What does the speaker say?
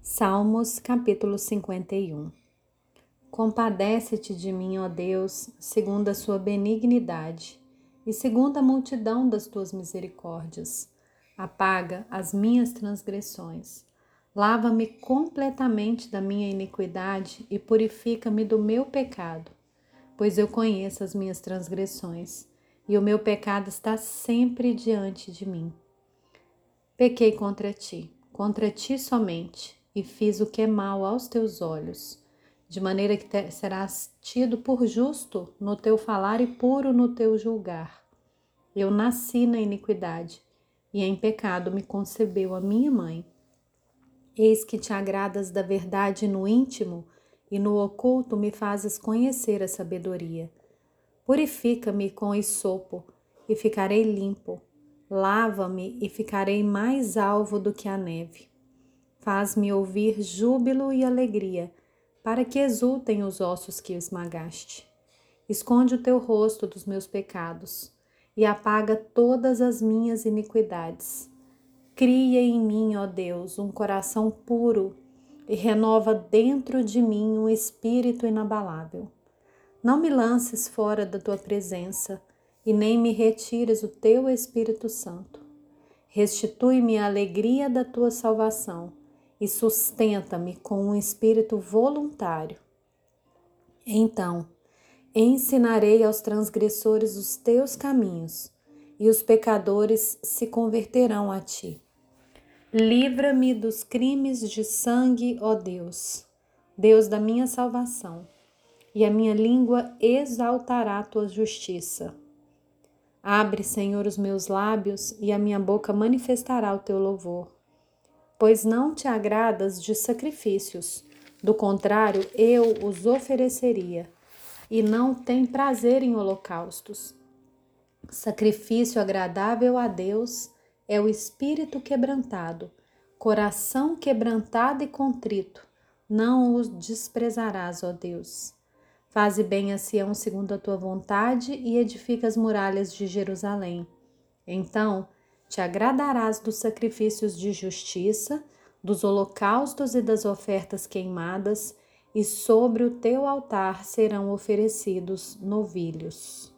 Salmos capítulo 51. Compadece-te de mim, ó Deus, segundo a sua benignidade, e segundo a multidão das tuas misericórdias. Apaga as minhas transgressões. Lava-me completamente da minha iniquidade e purifica-me do meu pecado, pois eu conheço as minhas transgressões, e o meu pecado está sempre diante de mim. Pequei contra ti somente, e fiz o que é mal aos teus olhos, de maneira que serás tido por justo no teu falar e puro no teu julgar. Eu nasci na iniquidade, e em pecado me concebeu a minha mãe. Eis que te agradas da verdade no íntimo, e no oculto me fazes conhecer a sabedoria. Purifica-me com hisopo, e ficarei limpo. Lava-me e ficarei mais alvo do que a neve. Faz-me ouvir júbilo e alegria, para que exultem os ossos que esmagaste. Esconde o teu rosto dos meus pecados e apaga todas as minhas iniquidades. Cria em mim, ó Deus, um coração puro e renova dentro de mim um espírito inabalável. Não me lances fora da tua presença e nem me retires o teu Espírito Santo. Restitui-me a alegria da tua salvação e sustenta-me com um espírito voluntário. Então, ensinarei aos transgressores os teus caminhos, e os pecadores se converterão a ti. Livra-me dos crimes de sangue, ó Deus, Deus da minha salvação, e a minha língua exaltará a tua justiça. Abre, Senhor, os meus lábios, e a minha boca manifestará o teu louvor. Pois não te agradas de sacrifícios, do contrário, eu os ofereceria, e não tem prazer em holocaustos. Sacrifício agradável a Deus é o espírito quebrantado, coração quebrantado e contrito, não os desprezarás, ó Deus. Faze bem a Sião segundo a tua vontade e edifica as muralhas de Jerusalém. Então te agradarás dos sacrifícios de justiça, dos holocaustos e das ofertas queimadas, e sobre o teu altar serão oferecidos novilhos.